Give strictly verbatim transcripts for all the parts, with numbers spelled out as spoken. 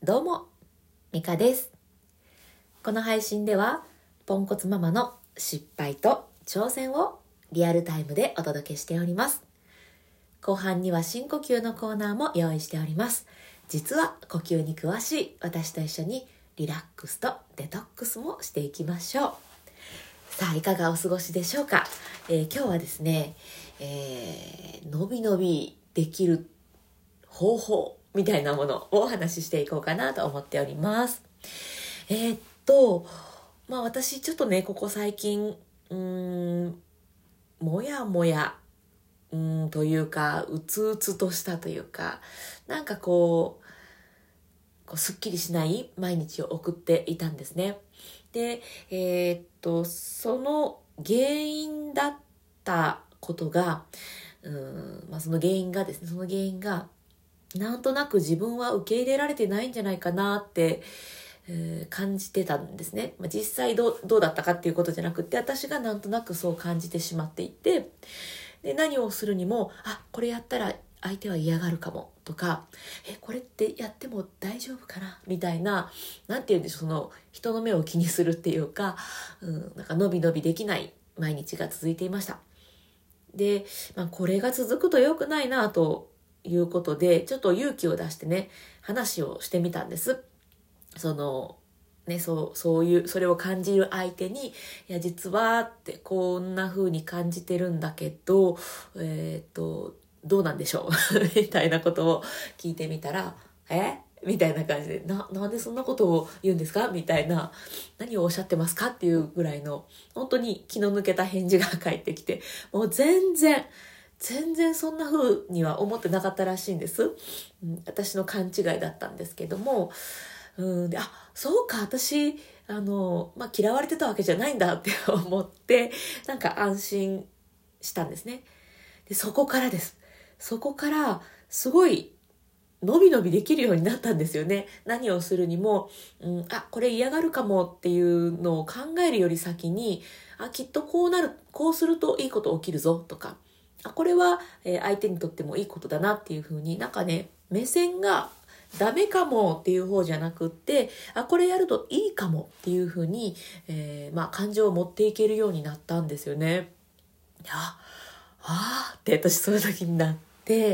どうも、ミカです。この配信ではポンコツママの失敗と挑戦をリアルタイムでお届けしております。後半には深呼吸のコーナーも用意しております。実は呼吸に詳しい私と一緒にリラックスとデトックスもしていきましょう。さあ、いかがお過ごしでしょうか。えー、今日はですね、えー、のびのびできる方法みたいなものをお話ししていこうかなと思っております。えー、っと、まあ私ちょっとね、ここ最近、うーん、もやもや、うーんというか、うつうつとしたというか、なんかこう、こうすっきりしない毎日を送っていたんですね。で、えー、っと、その原因だったことが、うーん、まあその原因がですね、その原因が、なんとなく自分は受け入れられてないんじゃないかなって、えー、感じてたんですね。まあ、実際どう、どうだったかっていうことじゃなくて、私がなんとなくそう感じてしまっていて、で何をするにも、あ、これやったら相手は嫌がるかもとか、え、これってやっても大丈夫かなみたいな、なんて言うんでしょう、その人の目を気にするっていうか、うん、なんか伸び伸びできない毎日が続いていました。で、まあ、これが続くと良くないなということで、ちょっと勇気を出してね、話をしてみたんです。その、ね、そう、そういう、それを感じる相手に、いや、実は、って、こんな風に感じてるんだけど、えっと、どうなんでしょうみたいなことを聞いてみたら、えみたいな感じで、な、なんでそんなことを言うんですかみたいな、何をおっしゃってますかっていうぐらいの、本当に気の抜けた返事が返ってきて、もう全然、全然そんな風には思ってなかったらしいんです。うん、私の勘違いだったんですけども、うんで、あ、そうか、私、あの、まあ、嫌われてたわけじゃないんだって思って、なんか安心したんですね。で、そこからです。そこから、すごい、のびのびできるようになったんですよね。何をするにも、うん、あ、これ嫌がるかもっていうのを考えるより先に、あ、きっとこうなる、こうするといいこと起きるぞとか、あ、これは、えー相手にとってもいいことだなっていう風に、なんかね、目線がダメかもっていう方じゃなくって、あ、これやるといいかもっていう風に、えーまあ感情を持っていけるようになったんですよね。あ、あーって私そういう時になって、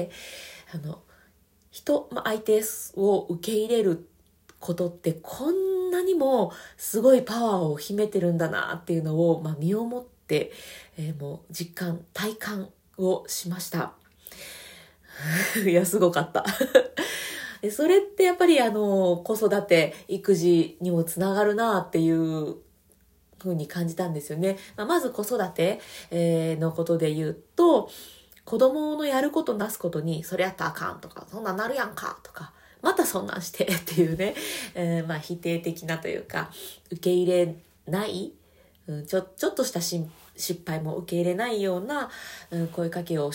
あの、人、まあ、相手を受け入れることってこんなにもすごいパワーを秘めてるんだなっていうのを、まあ、身をもって、えーもう実感、体感をしました。いや、すごかった。でそれってやっぱりあの、子育て、育児にもつながるなっていう風に感じたんですよね。まあ、まず子育て、えーのことで言うと、子供のやることなすことに、それやったらあかんとか、そんなんなるやんかとか、またそんなんしてっていうね、えーまあ否定的なというか、受け入れない、うん、ちょ、ちょっとしたし失敗も受け入れないような、うん、声かけをして、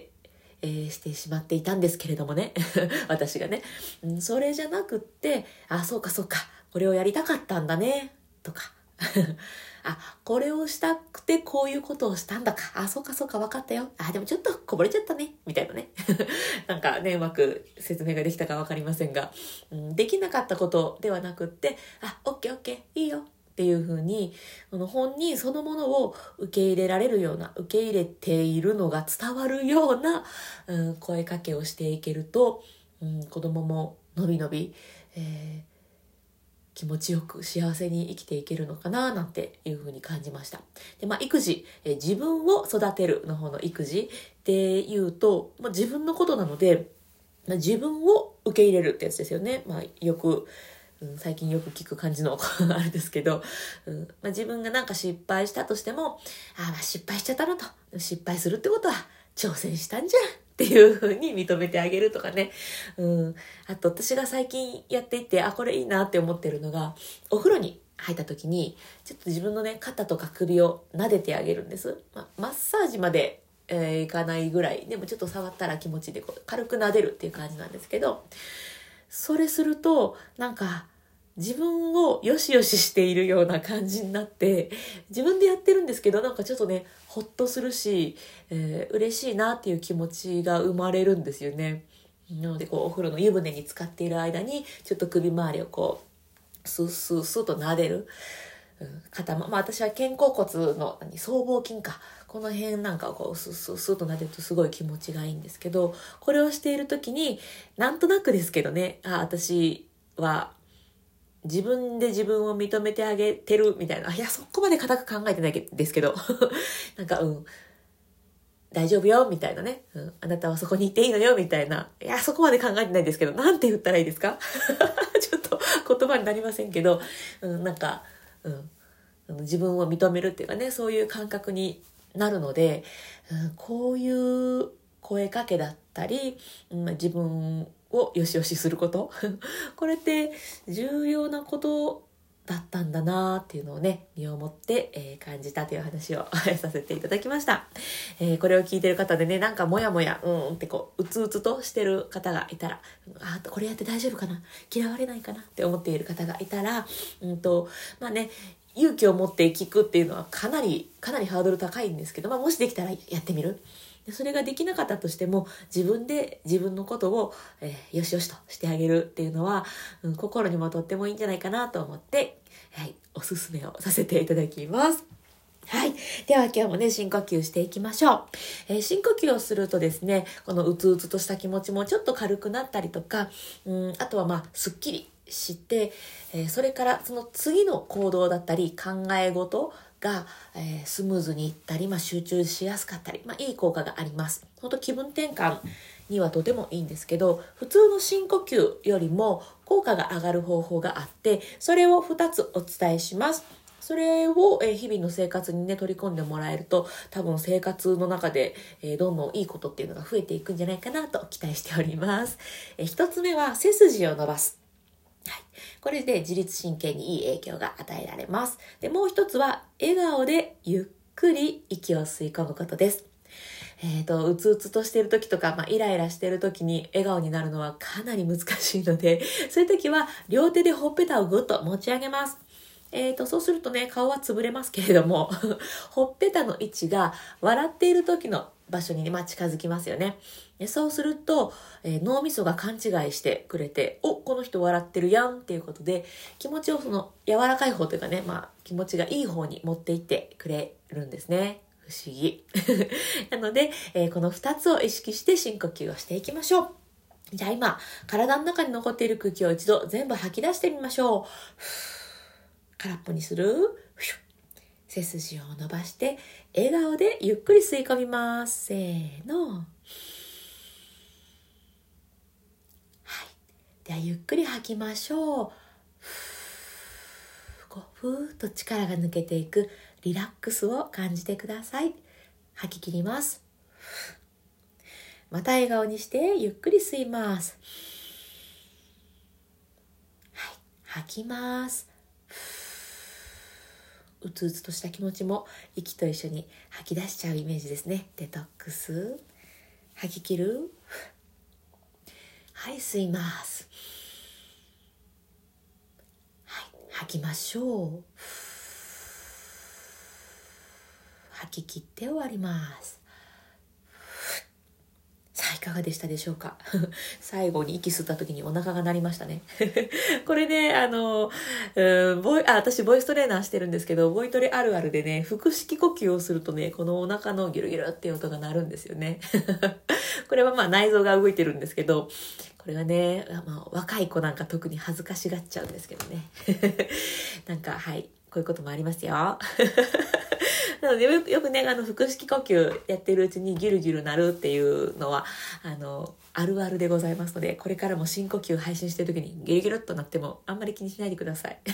えーしてしまっていたんですけれどもね。私がね、うん。それじゃなくって、あ、そうかそうか、これをやりたかったんだね、とか。あ、これをしたくてこういうことをしたんだか。あ、そうかそうか分かったよ。あ、でもちょっとこぼれちゃったね。みたいなね。なんかね、うまく説明ができたか分かりませんが、うん、できなかったことではなくって、あ、オッケーオッケー、いいよ。っていう風に、この本人そのものを受け入れられるような、受け入れているのが伝わるような、うん、声かけをしていけると、うん、子供ものびのび、えー気持ちよく幸せに生きていけるのかななんていうふうに感じました。で、まあ、育児、え自分を育てるの方の育児っていうと、まあ、自分のことなので、まあ、自分を受け入れるってやつですよね。まあ、よく、うん、最近よく聞く感じのあれですけど、うんまあ、自分がなんか失敗したとしても、あまあ失敗しちゃったなと。失敗するってことは挑戦したんじゃん。っていう風に認めてあげるとかね。うん。あと私が最近やっていて、あ、これいいなって思ってるのが、お風呂に入った時に、ちょっと自分のね、肩とか首を撫でてあげるんです。ま、マッサージまで、えーいかないぐらい。でもちょっと触ったら気持ちでこう軽く撫でるっていう感じなんですけど、それすると、なんか、自分をよしよししているような感じになって、自分でやってるんですけど、なんかちょっとね、ほっとするし、えー嬉しいなっていう気持ちが生まれるんですよね。 なのでこうお風呂の湯船に浸かっている間にちょっと首周りをこうスースースーと撫でる、うん、肩も、まあ私は肩甲骨の何僧帽筋か、この辺なんかをこうスースースーと撫でるとすごい気持ちがいいんですけど、これをしている時になんとなくですけどね、あ、私は自分で自分を認めてあげてるみたいな、いやそこまで固く考えてないですけどなんかうん大丈夫よみたいなね、うん、あなたはそこにいていいのよみたいな、いやそこまで考えてないですけど、なんて言ったらいいですかちょっと言葉になりませんけど、うん、なんか、うん、自分を認めるっていうかね、そういう感覚になるので、うん、こういう声かけだったり、うん、自分をよしよしすることこれって重要なことだったんだなっていうのをね、身をもって、えー、感じたという話をさせていただきました、えー、これを聞いてる方でね、なんかもやもやうんってこううつうつとしてる方がいたら、あ、これやって大丈夫かな、嫌われないかなって思っている方がいたら、うんとまあね、勇気を持って聞くっていうのはかなりかなりハードル高いんですけど、まあ、もしできたらやってみる。それができなかったとしても、自分で自分のことを、えー、よしよしとしてあげるっていうのは、うん、心にもとってもいいんじゃないかなと思って、はい、おすすめをさせていただきます。はい。では今日もね、深呼吸していきましょう。えー、深呼吸をするとですね、このうつうつとした気持ちもちょっと軽くなったりとか、うん、あとはまあ、すっきりして、えー、それからその次の行動だったり考え事が、えー、スムーズにいったり、まあ、集中しやすかったり、まあ、いい効果があります。本当気分転換にはとてもいいんですけど、普通の深呼吸よりも効果が上がる方法があって、それをふたつお伝えします。それを日々の生活にね取り込んでもらえると、多分生活の中でどんどんいいことっていうのが増えていくんじゃないかなと期待しております。一つ目は背筋を伸ばす。はい、これで自律神経にいい影響が与えられます。で、もう一つは笑顔でゆっくり息を吸い込むことです。えっと、うつうつとしている時とか、まあ、イライラしている時に笑顔になるのはかなり難しいので、そういう時は両手でほっぺたをぐっと持ち上げます。えーと、そうするとね、顔は潰れますけれども、ほっぺたの位置が笑っている時の場所に、ね、まあ、近づきますよね。でそうすると、えー、脳みそが勘違いしてくれて、お、この人笑ってるやんっていうことで、気持ちをその柔らかい方というかね、まあ、気持ちがいい方に持っていってくれるんですね。不思議。なので、えー、このふたつを意識して深呼吸をしていきましょう。じゃあ今、体の中に残っている空気を一度全部吐き出してみましょう。空っぽにする。背筋を伸ばして笑顔でゆっくり吸い込みます。せーの。はい。ではゆっくり吐きましょう。こうふーっと力が抜けていくリラックスを感じてください。吐き切ります。また笑顔にしてゆっくり吸います。はい。吐きます。うつうつとした気持ちも息と一緒に吐き出しちゃうイメージですね。デトックス。吐き切る。はい、吸います。はい、吐きましょう。吐き切って終わります。さあいかがでしたでしょうか。最後に息吸った時にお腹が鳴りましたね。これね、あの、うん、ボイあ私ボイストレーナーしてるんですけど、ボイトレあるあるでね、腹式呼吸をするとね、このお腹のギュルギュルっていう音が鳴るんですよね。これはまあ内臓が動いてるんですけど、これはね、まあ、若い子なんか特に恥ずかしがっちゃうんですけどね。なんか、はい、こういうこともありますよ。なのでよく、よくね、あの、腹式呼吸やってるうちにギュルギュルなるっていうのは、あの、あるあるでございますので、これからも深呼吸配信してる時にギュルギュルっとなってもあんまり気にしないでください。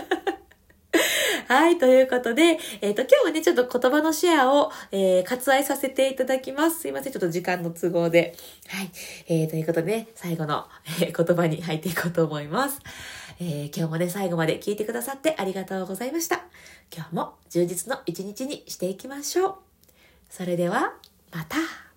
はい、ということで、えっと、今日はね、ちょっと言葉のシェアを、えー、割愛させていただきます。すいません、ちょっと時間の都合で。はい、えー、ということでね、最後の、えー、言葉に入っていこうと思います。えー、今日もね、最後まで聞いてくださってありがとうございました。今日も充実の一日にしていきましょう。それでは、また。